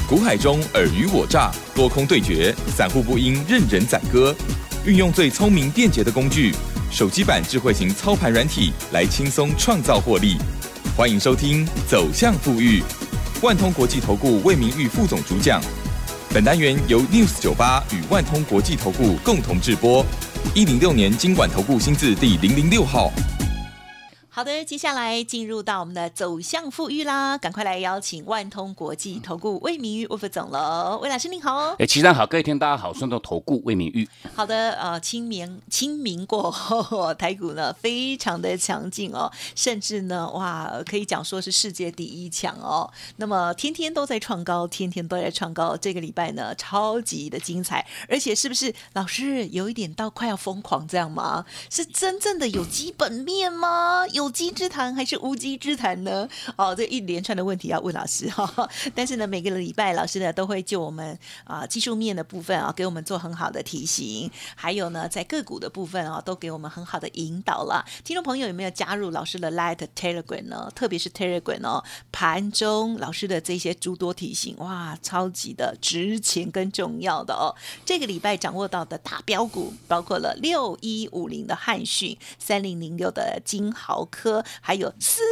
股海中尔虞我诈，多空对决，散户不应任人宰割。运用最聪明便捷的工具，手机版智慧型操盘软体来轻松创造获利。欢迎收听《走向富裕》，万通国际投顾魏明玉副总主讲。本单元由 News98 与万通国际投顾共同制播。106年金管投顾新字第006号。 好的，接下来进入到我们的走向富裕啦，赶快来邀请万通国际投顾魏明玉魏副总了。魏老师您好。 齐上好，各位听大家好，顺动投顾魏明玉。 好的，清明过后，台股呢非常的强劲哦，甚至呢可以讲说是世界第一强哦。那么天天都在创高，天天都在创高，这个礼拜呢超级的精彩，而且是不是老师有一点到快要疯狂这样吗？是真正的有基本面吗？有机之谈还是无稽之谈呢？这一连串的问题要问老师哈。但是呢，每个礼拜老师呢都会就我们技术面的部分给我们做很好的提醒，还有呢在个股的部分都给我们很好的引导了。听众朋友有没有加入老师的 Light Telegram 呢？特别是 Telegram 盘中老师的这些诸多提醒，超级的值钱跟重要的哦。这个礼拜掌握到的大标股包括了6150的汉讯、3006的金豪科，还有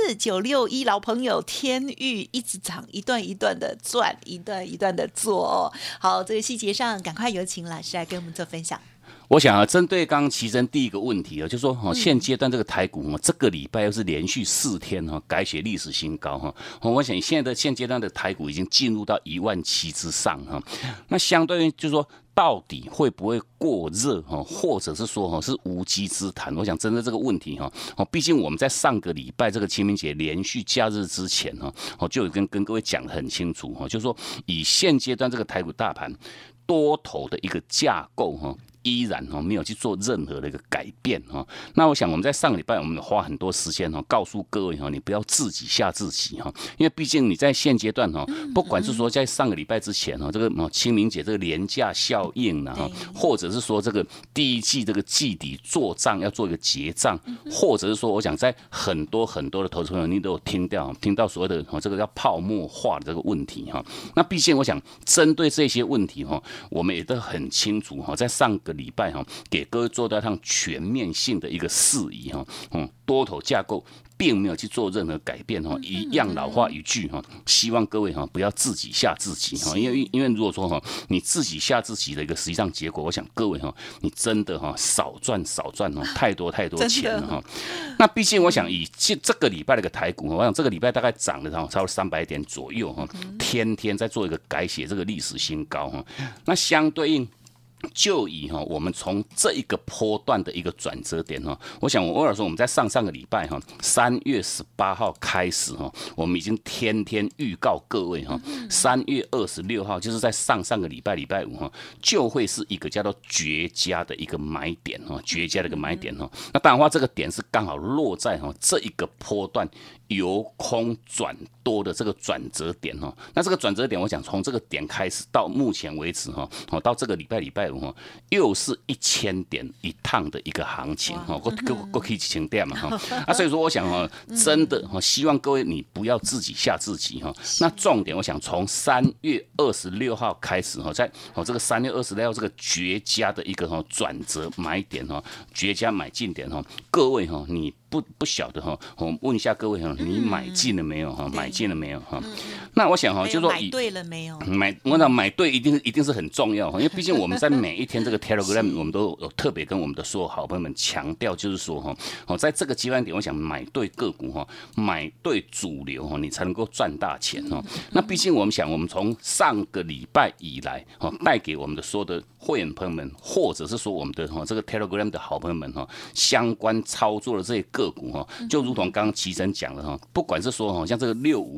4961老朋友天钰，一直涨，一段一段的赚，一段一段的做哦。好，这个细节上赶快有请老师来跟我们做分享。 我想针对刚刚奇珍第一个问题就是说现阶段这个台股这个礼拜又是连续4天改写历史新高我想现阶段的台股已经进入到17000之上那相对于就是说到底会不会过热或者是说是无稽之谈？我想针对这个问题毕竟我们在上个礼拜这个清明节连续假日之前就有跟各位讲得很清楚就是说以现阶段这个台股大盘多头的一个架构依然没有去做任何的一个改变那我想我们在上个礼拜我们花很多时间告诉各位你不要自己吓自己因为毕竟你在现阶段不管是说在上个礼拜之前这个清明节这个连假效应或者是说这个第一季这个季底做账要做一个结账，或者是说我想在很多的投资朋友你都有听到所谓的这个叫泡沫化的这个问题那毕竟我想针对这些问题我们也都很清楚在上个礼拜给各位做到一趟全面性的一个释疑多头架构并没有去做任何改变一样老话一句希望各位不要自己吓自己因为如果说你自己吓自己的一个实际上结果，我想各位你真的少赚太多钱了那毕竟我想以这个礼拜的一个台股我想这个礼拜大概涨了超过300点左右天天在做一个改写这个历史新高那相对应就以我们从这一个波段的一个转折点我想我说我们在上个礼拜3月18号开始我们已经天天预告各位3月26号就是在上个礼拜5就会是一个叫做绝佳的一个买点绝佳的一个买点那当然话这个点是刚好落在这一个波段由空转多的这个转折点那这个转折点我想从这个点开始到目前为止到这个礼拜5又是1000点一趟的一个行情过去1000点嘛所以说我想真的希望各位你不要自己吓自己那重点我想从3月26号开始在这个3月26号这个绝佳的一个转折买点绝佳买进点各位你不晓得我问一下各位你买进了没有买进了没有那我想就是说买对了没有我想买对一定是很重要因为毕竟我们在每一天这个 Telegram 我们都有特别跟我们的所有好朋友们强调就是说在这个阶段点我想买对个股买对主流你才能够赚大钱那毕竟我们想我们从上个礼拜以来带给我们的所有的会员朋友们或者是说我们的这个 Telegram 的好朋友们相关操作的这些个股就如同刚刚齐神讲的不管是说像这个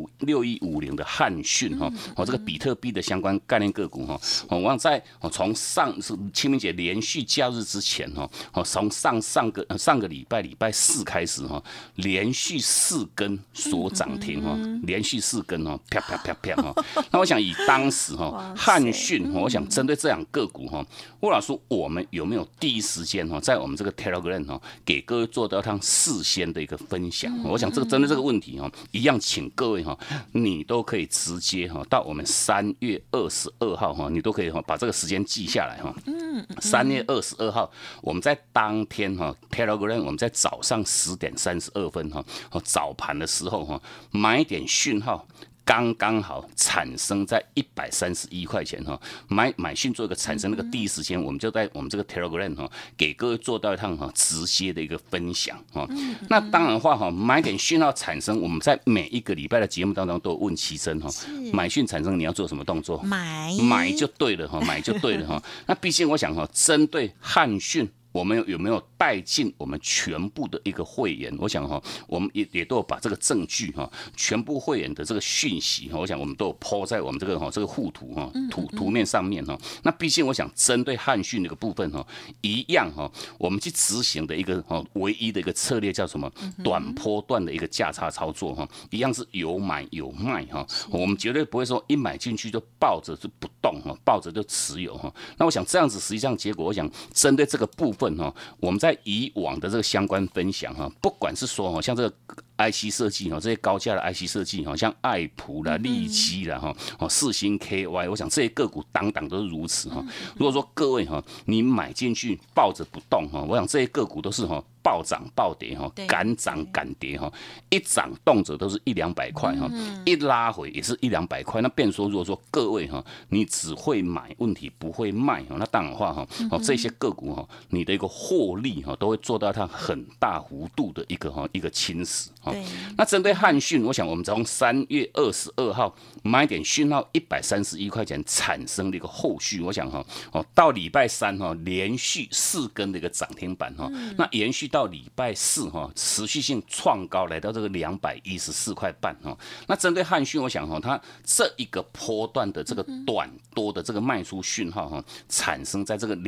6150的汉讯这个比特币的相关概念个股我想在从清明节连续假日之前从上个礼拜4开始连续4根锁涨停连续4根啪啪啪啪那我想以当时汉讯我想针对这两个股魏老师我们有没有第一时间在我们这个 Telegram 给各位做到事先的一个分享我想这个针对这个问题一样请各位你都可以直接到我们3月22号你都可以把这个时间记下来3月22号，我们在当天Telegram 我们在早上10点32分早盘的时候买点讯号。刚刚好产生在131块钱买讯做一个产生那个第一时间，我们就在我们这个 Telegram 给各位做到一趟直接的一个分享那当然的话买点讯号产生，我们在每一个礼拜的节目当中都有问齐生买讯产生你要做什么动作？买就对了买就对了那毕竟我想针对汉讯。我们有没有带进我们全部的一个会员？我想我们也都有把这个证据全部会员的这个讯息我想我们都有 po 在我们这个互图图面上面那毕竟我想针对汉讯这个部分一样我们去执行的一个唯一的一个策略叫什么？短波段的一个价差操作一样是有买有卖我们绝对不会说一买进去就抱着就不动抱着就持有那我想这样子实际上结果，我想针对这个部分我们在以往的这个相关分享不管是说像这个 IC 设计这些高价的 IC 设计像爱普啦、利基啦世芯 KY， 我想这些个股档档都是如此如果说各位你买进去抱着不动我想这些个股都是暴涨暴跌敢涨敢跌一涨动辄都是100-200块一拉回也是100-200块。那变说如果说各位你只会买，问题不会卖那当然的话这些个股你的一个获利都会做到它很大幅度的一个侵蚀那针对汉讯，我想我们从3月22号买点讯号131块钱产生的一个后续，我想到礼拜3连续4根的一个涨停板那延续到礼拜4持续性创高来到这个214块半那针对汉讯，我想它这一个波段的这个短多的这个卖出讯号产生在这个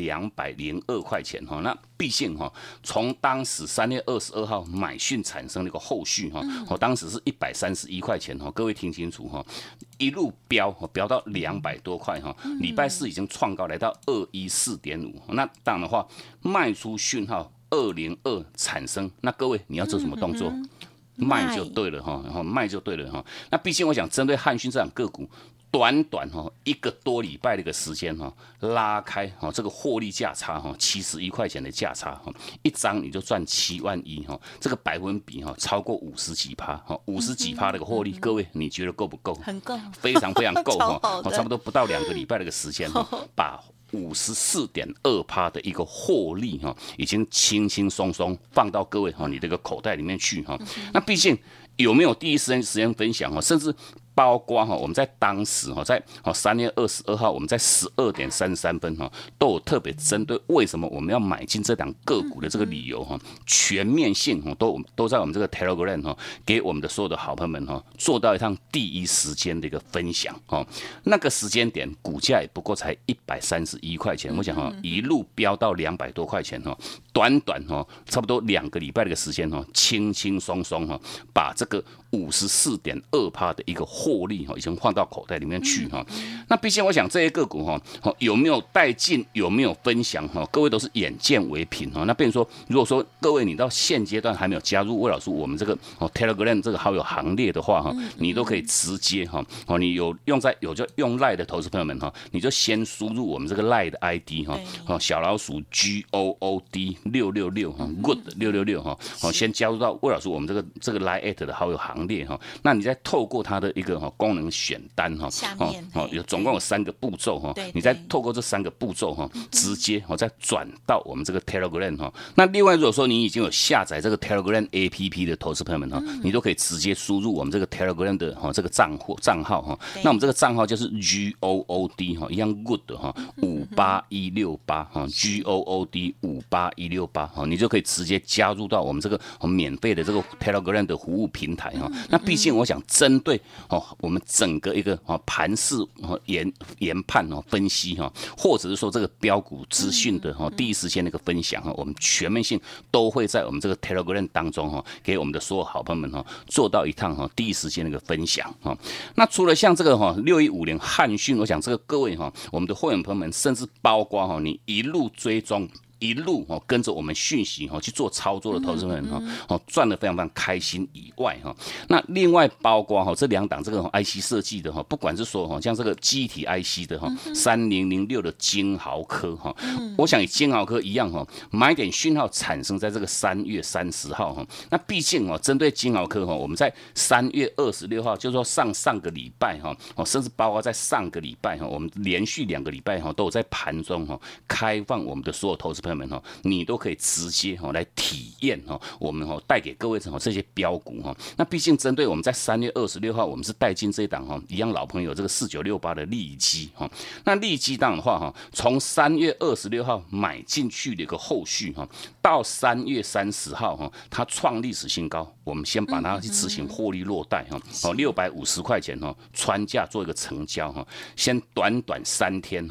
202块钱那毕竟从当时3月22号买讯产生的一个后续当时是131块钱各位听清楚一路飙到200多块礼拜4已经创高来到214.5那当然的话卖出讯号202产生，那各位你要做什么动作？卖就对了卖就对了那毕竟我想针对汉讯这档个股。短1个多礼拜的一个时间拉开这个获利价差71块钱的价差一张你就赚7万1这个百分比超过50几%50几%的一个获利，各位你觉得够不够？ 很够， 非常非常够差不多不到2个礼拜的一个时间把54.2%的一个获利已经轻轻松松放到各位你这个口袋里面去那毕竟有没有第一时间分享甚至包括我们在当时在3月22号我们在12点33分都有特别针对为什么我们要买进这档个股的这个理由全面性都在我们这个 Telegram 给我们的所有的好朋友们做到一趟第一时间的一个分享那个时间点股价也不过才131块钱，我想一路飙到200多块钱短差不多2个礼拜的一个时间轻轻松松把这个54.2%的一个获利已经放到口袋里面去那毕竟我想这些个股有没有带进，有没有分享各位都是眼见为凭那变成说，如果说各位你到现阶段还没有加入魏老师我们这个 Telegram 这个好友行列的话你都可以直接你有就用 LINE 的投资朋友们你就先输入我们这个 LINE 的 ID 小老鼠 GOOD 666 Good 666先加入到魏老师我们这个 LINE@ 的好友行列那你再透过它的一个功能选单总共有3个步骤你再透过这3个步骤直接再转到我们这个 Telegram 那另外如果说你已经有下载这个 Telegram APP 的投资朋友们你都可以直接输入我们这个 Telegram 的这个账号那我们这个账号就是 GOOD 一样 Good 58168 GOOD 58168你就可以直接加入到我们这个免费的这个 Telegram 的服务平台那毕竟我想针对我们整个一个盘势研判分析或者是说这个标股资讯的第一时间的一个分享我们全面性都会在我们这个 Telegram 当中给我们的所有好朋友们做到一趟第一时间的一个分享那除了像这个6150汉讯，我想这个各位我们的会员朋友们，甚至包括你一路追踪一路跟着我们讯息去做操作的投资人赚得非常非常开心以外那另外包括这2档这个 IC 设计的不管是说像这个记忆体 IC 的3006的晶豪科我想以晶豪科一样买点讯号产生在这个3月30号那毕竟针对晶豪科我们在3月26号就是说上个礼拜甚至包括在上个礼拜我们连续2个礼拜都有在盘中开放我们的所有投资朋友们你都可以直接来体验我们带给各位这些标股那毕竟针对我们在3月26号我们是带进这一档一样老朋友这个4968的利基那利基档的话从3月26号买进去的一个后续到3月30号它创历史新高，我们先把它去执行获利落袋650块钱穿价做一个成交先短3天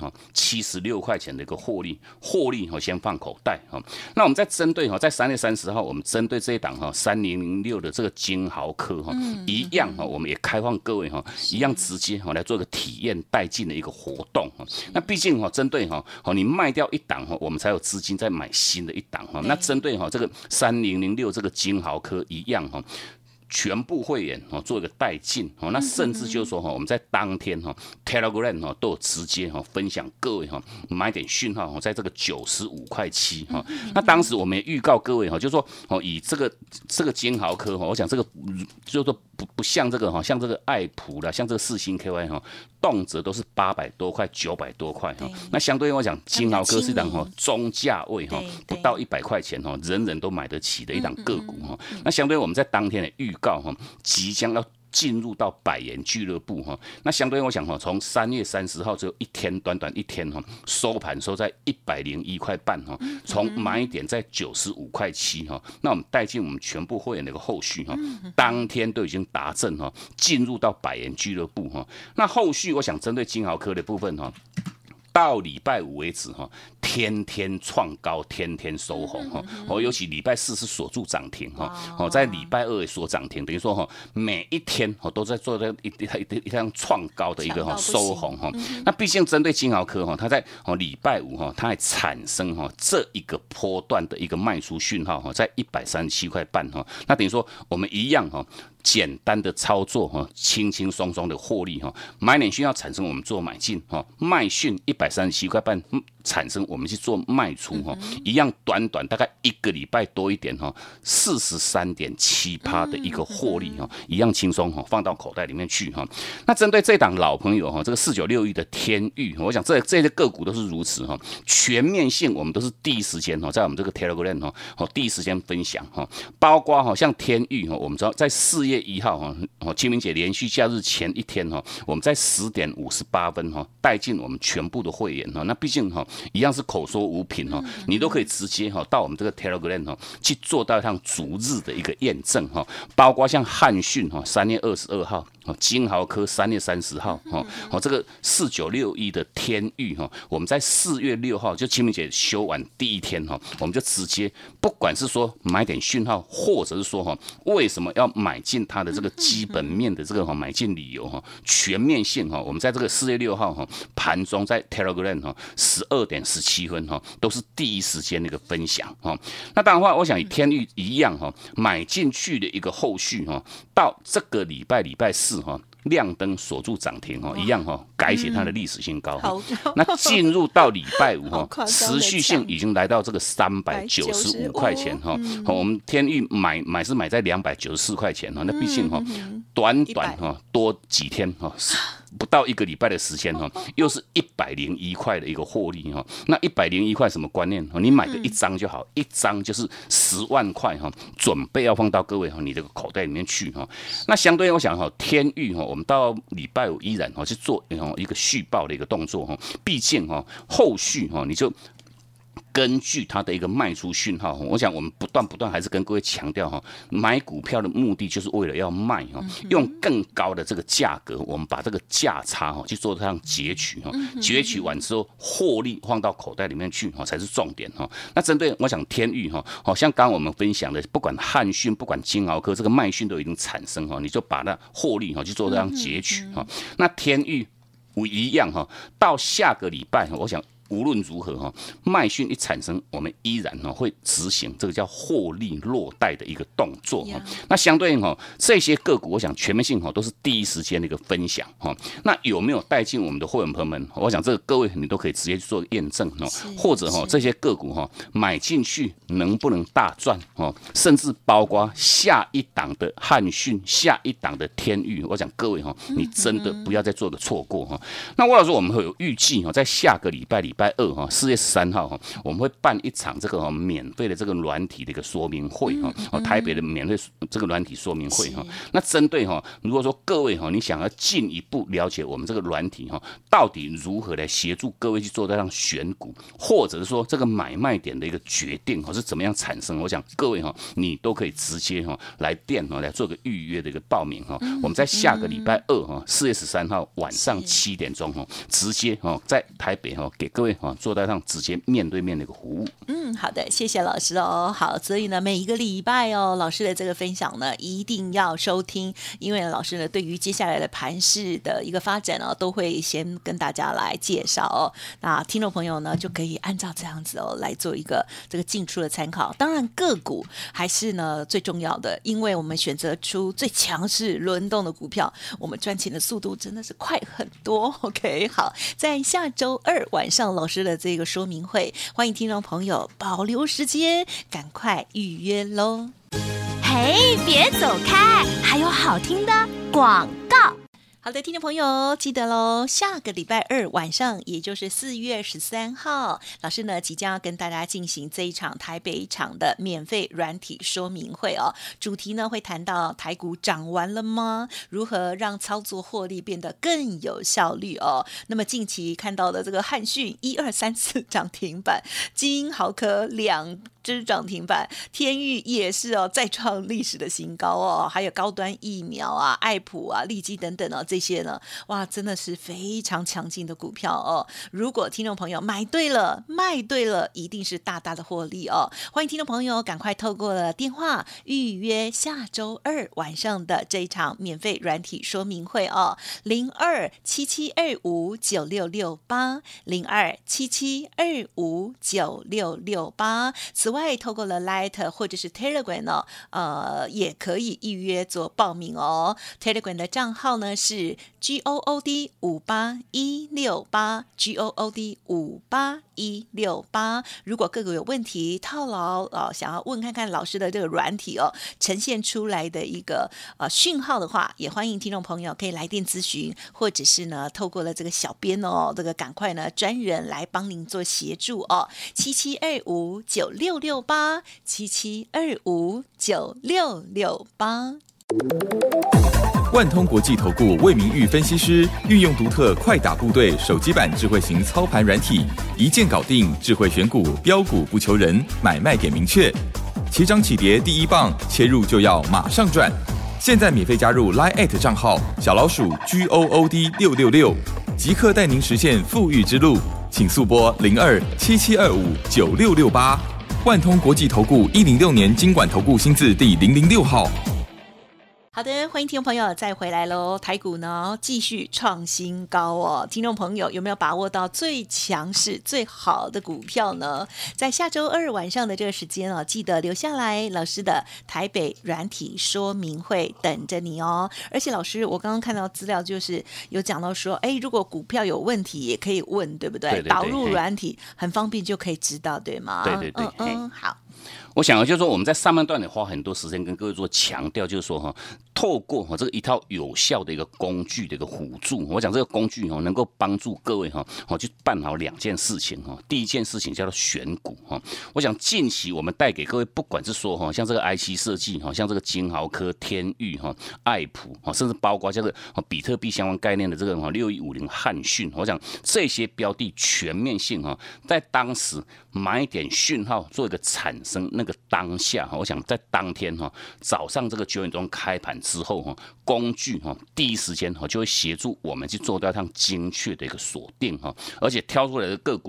76块钱的一个获利先放口袋那我们在针对在3月30号我们针对这一档3006的这个晶豪科一样我们也开放各位一样直接来做一个体验带进的一个活动那毕竟针对你卖掉一档我们才有资金再买新的一档那针对这个3006这个晶豪科一样全部会员做一个带进那甚至就是说我们在当天Telegram 都有直接分享各位买点讯号在这个95.7块那当时我们也预告各位就是说以这个晶豪科我想这个就是说不像这个像这个爱普啦，像这个世芯 KY 动辄都是800多块900多块那相对于我讲晶豪科是一档中价位不到100块钱人人都买得起的一档个股那相对于我们在当天的预告即将要进入到100元俱乐部那相对我想从3月30号只有短一天收盘收在101块半从买点在95.7块那我们带进我们全部会员的一个后续当天都已经达阵进入到100元俱乐部那后续我想针对晶豪科的部分到礼拜五为止天天创高，天天收红尤其礼拜4是锁住涨停在礼拜2也锁涨停，等于说每一天都在做一趟创高的一个收红那毕竟针对晶豪科它在礼拜5它还产生这一个波段的一个卖出讯号在137块半那等于说我们一样简单的操作轻轻松松的获利买点讯号产生我们做买进卖讯137块半产生我们去做卖出一样短大概1个礼拜多一点43.7% 的一个获利一样轻松放到口袋里面去那针对这档老朋友这个4961的天钰我想这些个股都是如此全面性我们都是第一时间在我们这个 Telegram 第一时间分享包括像天钰我们知道在4月1号清明节连续假日前一天我们在10点58分带进我们全部的会员那毕竟一样是口说无凭你都可以直接到我们这个 Telegram 去做到一趟逐日的一个验证包括像汉讯3月22号晶豪科3月30号这个4961的天钰我们在4月6号就清明节休完第一天我们就直接不管是说买点讯号或者是说为什么要买进它的这个基本面的这个买进理由全面性我们在这个4月6号盘中在 Telegram 12点17分都是第一时间的一个分享那当然话我想以天钰一样买进去的一个后续到这个礼拜4亮灯锁住涨停一样改写它的历史新高那进入到礼拜5持续性已经来到这个395块钱我们天钰买是买在294块钱那毕竟短多几天不到1个礼拜的时间又是101块的一个获利那101块什么观念你买个一张就好，一张就是10万块准备要放到各位你这个口袋里面去那相对我想天钰我们到礼拜5依然去做一个续报的一个动作毕竟后续你就根据它的一个卖出讯号我想我们不断还是跟各位强调买股票的目的就是为了要卖用更高的这个价格我们把这个价差去做这样截取截取完之后获利放到口袋里面去才是重点那针对我想天钰像刚刚我们分享的不管汉讯不管晶豪科这个卖讯都已经产生你就把那获利去做这样截取那天钰一样到下个礼拜我想无论如何哈，卖讯一产生，我们依然会执行这个叫获利落袋的一个动作哈。那相对应这些个股，我想全面性都是第一时间的一个分享哈。那有没有带进我们的会员朋友们？我想这个各位你都可以直接去做验证或者这些个股买进去能不能大赚甚至包括下一档的汉讯、下一档的天钰，我想各位你真的不要再做个错过哈。那我老师我们会有预计在下个礼拜2，4月13号我们会办一场这个免费的这个软体的一个说明会台北的免费这个软体说明会那针对如果说各位你想要进一步了解我们这个软体到底如何来协助各位去做这样选股，或者是说这个买卖点的一个决定是怎么样产生，我想各位你都可以直接来电来做个预约的一个报名我们在下个礼拜2，4月13号晚上7点钟直接在台北给各位做到上直接面对面的一个服务。 好的，谢谢老师哦。好，所以呢，每一个礼拜老师的这个分享呢，一定要收听，因为老师呢，对于接下来的盘势的一个发展都会先跟大家来介绍那听众朋友呢，就可以按照这样子来做一个这个进出的参考。当然，个股还是呢最重要的，因为我们选择出最强势轮动的股票，我们赚钱的速度真的是快很多。OK， 好，在下周2晚上老师的这个说明会，欢迎听众朋友保留时间，赶快预约咯。 嘿，别走开，还有好听的广告。 好的，听众朋友记得咯，下个礼拜2晚上，也就是4月13号，老师呢即将要跟大家进行这一场台北场的免费软体说明会主题呢会谈到台股涨完了吗？如何让操作获利变得更有效率那么近期看到的这个汉讯1、2、3、4涨停板，金豪科2只涨停板，天钰也是再创历史的新高还有高端疫苗爱普立基等等这些呢，哇，真的是非常强劲的股票如果听众朋友买对了、卖对了，一定是大大的获利欢迎听众朋友赶快透过了电话预约下周2晚上的这一场免费软体说明会02-7725-9668 02-7725-9668。此外，透过了 Light 或者是 Telegram 也可以预约做报名Telegram 的账号呢是GOOD 58168 GOOD 58168。如果个股有问题套牢想要问看看老师的这个软体呈现出来的一个讯号的话，也欢迎听众朋友可以来电咨询，或者是呢透过了这个小编这个赶快呢专人来帮您做协助77259668 77259668。 万通国际投顾魏明玉分析师运用独特快打部队手机版智慧型操盘软体，一键搞定智慧选股，标股不求人，买卖点明确，起涨起跌第一棒，切入就要马上赚。现在免费加入 Line@ 账号小老鼠 GOOD666，即刻带您实现富裕之路，请速拨02-7725-9668。万通国际投顾106年金管投顾新字第006号。 好的，欢迎听众朋友再回来咯。台股呢继续创新高听众朋友有没有把握到最强势最好的股票呢？在下周2晚上的这个时间记得留下来，老师的台北软体说明会等着你而且老师我刚刚看到资料就是有讲到说如果股票有问题也可以问，对不对？ 对对对， 导入软体很方便就可以知道，对吗？ 对对对， 好。 我想就是说我们在上半段也花很多时间跟各位做强调，就是说透过这个一套有效的一个工具的一个辅助，我讲这个工具能够帮助各位去办好2件事情第一件事情叫做选股我想近期我们带给各位，不管是说像这个 IC 设计像这个金豪科、天钰爱普甚至包括这个比特币相关概念的这个6150汉讯，我想这些标的全面性在当时买点讯号做一个产生那个当下，我想在当天早上这个9点钟开盘之后工具第一时间就会协助我们去做到一趟精确的一个锁定而且挑出来的个股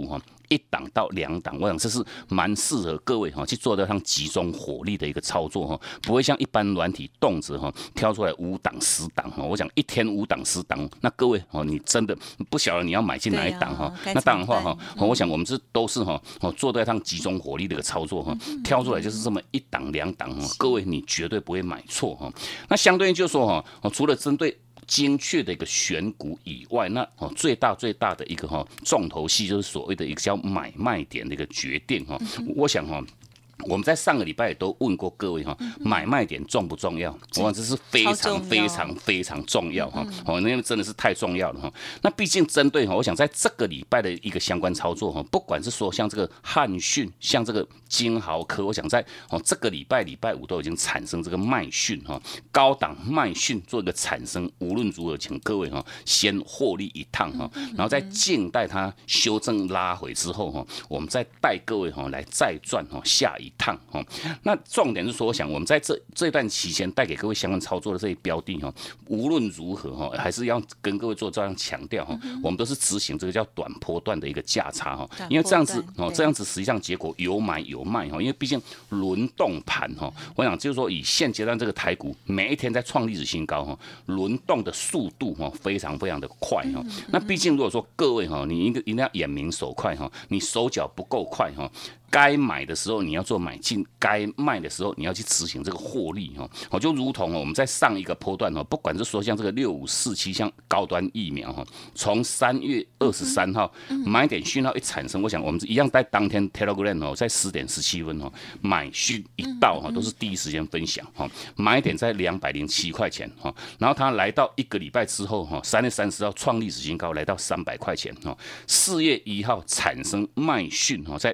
1档到2档，我想这是蛮适合各位去做到像集中火力的一个操作，不会像一般软体动辄挑出来5档10档，我想1天5档10档，那各位你真的不晓得你要买进哪一档那当然的话我想我们这都是做到像集中火力的一个操作挑出来就是这么1档2档各位你绝对不会买错那相对应就是说除了针对精确的一个选股以外，那最大的一个重头戏就是所谓的一个叫买卖点的一个决定我想我们在上个礼拜也都问过各位买卖点重不重要？我想这是非常重要因为真的是太重要了那毕竟针对我想在这个礼拜的一个相关操作不管是说像这个汉讯，像这个金豪科，我想在这个礼拜5都已经产生这个卖讯高档卖讯做一个产生，无论如何，请各位先获利一趟然后在静待它修正拉回之后我们再带各位来再赚下一趟那重点是说，我想我们在这段期间带给各位相关操作的这些标的无论如何还是要跟各位做这样强调我们都是执行这个叫短波段的一个价差因为这样子实际上结果有买有卖因为毕竟轮动盘我想就是说以现阶段这个台股每一天在创历史新高轮动的速度非常的快那毕竟如果说各位你一定要眼明手快你手脚不够快该买的时候你要做买进，该卖的时候你要去执行这个获利就如同我们在上一个波段不管是说像这个6547像高端疫苗从3月23号买点讯号一产生，我想我们一样在当天 Telegram 在10点17分买讯一到都是第一时间分享买点在207块钱然后它来到1个礼拜之后3月30号创历史新高来到300块钱4月1号产生卖讯在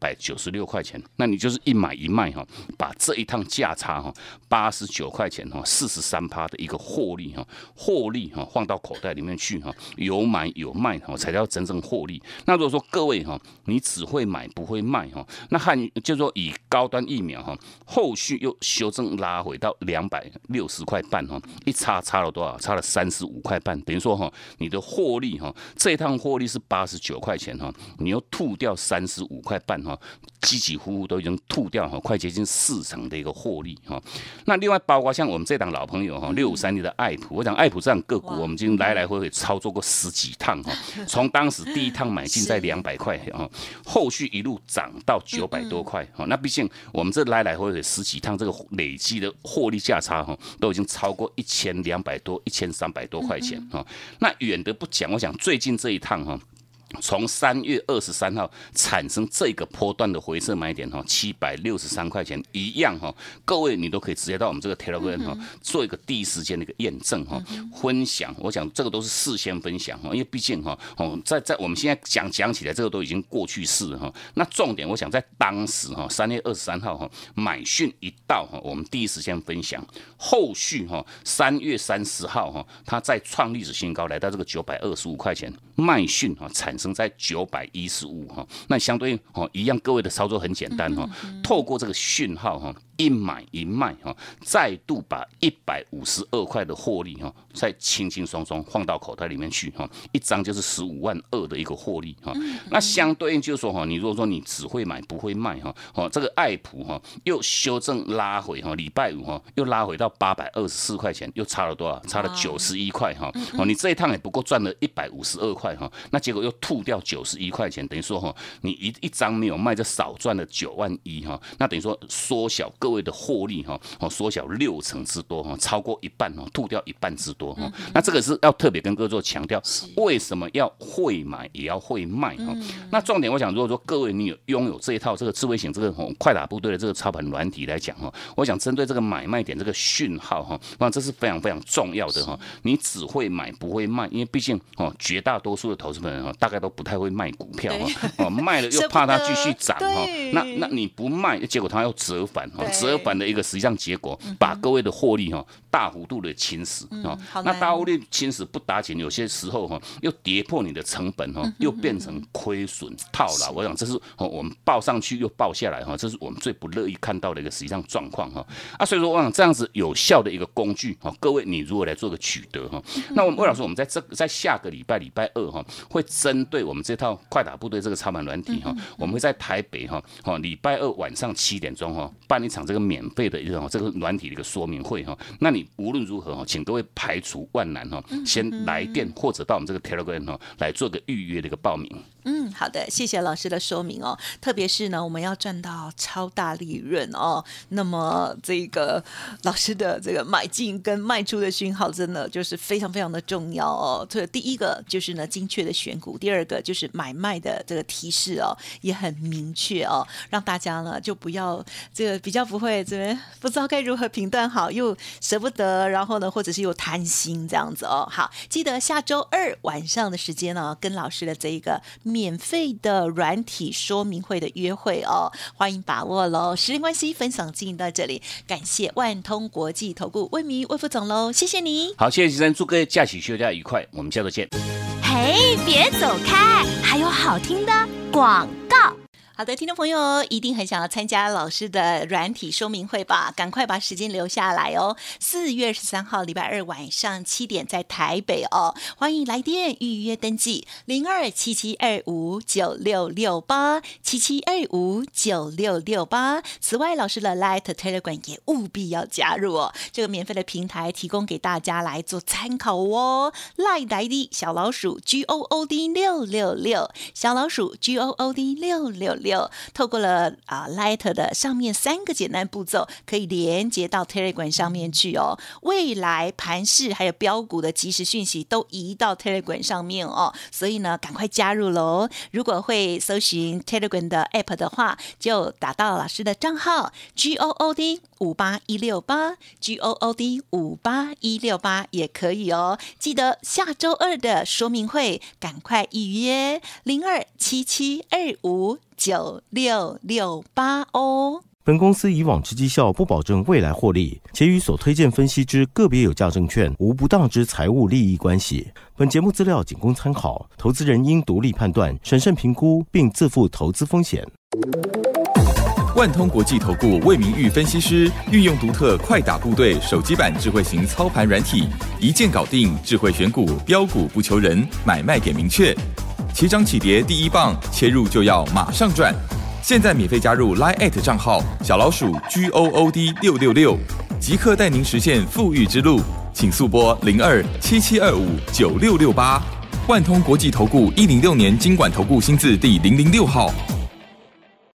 296块钱，那你就是一买一卖把这一趟价差89块钱43%的一个获利放到口袋里面去有买有卖才叫真正获利。那如果说各位你只会买不会卖那就是说以高端疫苗后续又修正拉回到260块半一差了多少？差了35块半，等于说你的获利这一趟获利是89块钱你又吐掉35块半几乎都已经吐掉快接近40%的一个获利那另外包括像我们这档老朋友6536的爱普，我讲爱普这档个股我们已经来回操作过10几趟从当时第一趟买进在200块后续一路涨到900多块那毕竟我们这来回10几趟这个累积的获利价差都已经超过1200多1300多块钱那远的不讲，我想最近这一趟从3月23号产生这个波段的回撤买点763块钱一样各位你都可以直接到我们这个 Telegram 做一个第一时间的一个验证分享，我想这个都是事先分享因为毕竟在我们现在讲起来这个都已经过去式那重点我想在当时3月23号买讯一到我们第一时间分享，后续3月30号它再创历史新高来到这个925块钱，卖讯产生在915那相对一样，各位的操作很简单透过这个讯号一买一卖再度把152块的获利再轻轻松松放到口袋里面去一张就是15万2的一个获利那相对应就是说你如果说你只会买不会卖这个爱普又修正拉回礼拜5又拉回到824块钱，又差了多少？差了91块你这一趟也不过赚了152块那结果又吐掉91块钱，等于说你一张没有卖就少赚了9万1那等于说缩小各位的获利缩小60%之多超过一半吐掉一半之多那这个是要特别跟各位做强调，为什么要会买也要会卖那重点我想如果说各位你拥有这一套这个智慧型这个快打部队的这个操盘软体来讲我想针对这个买卖点这个讯号这是非常重要的你只会买不会卖，因为毕竟绝大多数的投资人大概都不太会卖股票卖了又怕它继续涨那你不卖结果它要折返折返的一个实际上结果，把各位的获利大幅度的侵蚀那大幅度侵蚀不打紧，有些时候又跌破你的成本又变成亏损套牢。我想这是我们报上去又报下来这是我们最不乐意看到的一个实际上状况所以说我想这样子有效的一个工具各位你如何来做个取得那我们魏老师，我们在下个礼拜2会针对我们这套快打部队这个操盘软体我们会在台北礼拜2晚上7点钟办一场这个免费的这个软体的一个说明会那你无论如何请各位排除万难先来电或者到我们这个 Telegram 来做个预约的一个报名。 好的，谢谢老师的说明特别是呢，我们要赚到超大利润那么这个老师的这个买进跟卖出的讯号，真的就是非常非常的重要这第一个就是呢精确的选股，第二个就是买卖的这个提示也很明确让大家呢就不要这个比较不会这边不知道该如何评断好，又舍不得，然后呢或者是又贪心这样子好，记得下周2晚上的时间跟老师的这一个免费的软体说明会的约会欢迎把握咯。时间关系，分享进行到这里，感谢万通国际投顾魏明魏副总咯，谢谢你。 好，谢谢先生，祝各位假期休假愉快，我们下周见。 嘿，别走开，还有好听的广告。 好的，听众朋友一定很想要参加老师的软体说明会吧？赶快把时间留下来4月13号礼拜2晚上7点在台北欢迎来电预约登记0277259668 77259668。此外，老师的 Light Telegram 也务必要加入这个免费的平台提供给大家来做参考Light ID 小老鼠 GOOD 666，小老鼠 GOOD 666。透过了Light 的上面3个简单步骤，可以连接到 Telegram 上面去未来盘势还有标股的即时讯息都移到 Telegram 上面所以呢赶快加入咯。如果会搜寻 Telegram 的 App 的话，就打到老师的账号 GOOD 58168 GOOD 58168也可以记得下周2的说明会赶快预约0277259668 本公司以往之绩效不保证未来获利，且与所推荐分析之个别有价证券无不当之财务利益关系。本节目资料仅供参考，投资人应独立判断、审慎评估，并自负投资风险。 万通国际投顾魏明玉分析师运用独特快打部队手机版智慧型操盘软体，一键搞定智慧选股，标股不求人，买卖给明确。起涨起跌第一棒，切入就要马上赚。现在免费加入 Line@ 账号小老鼠 GOOD 666，即刻带您实现富裕之路。请速拨0277259668。万通国际投顾106年金管投顾新字第006号。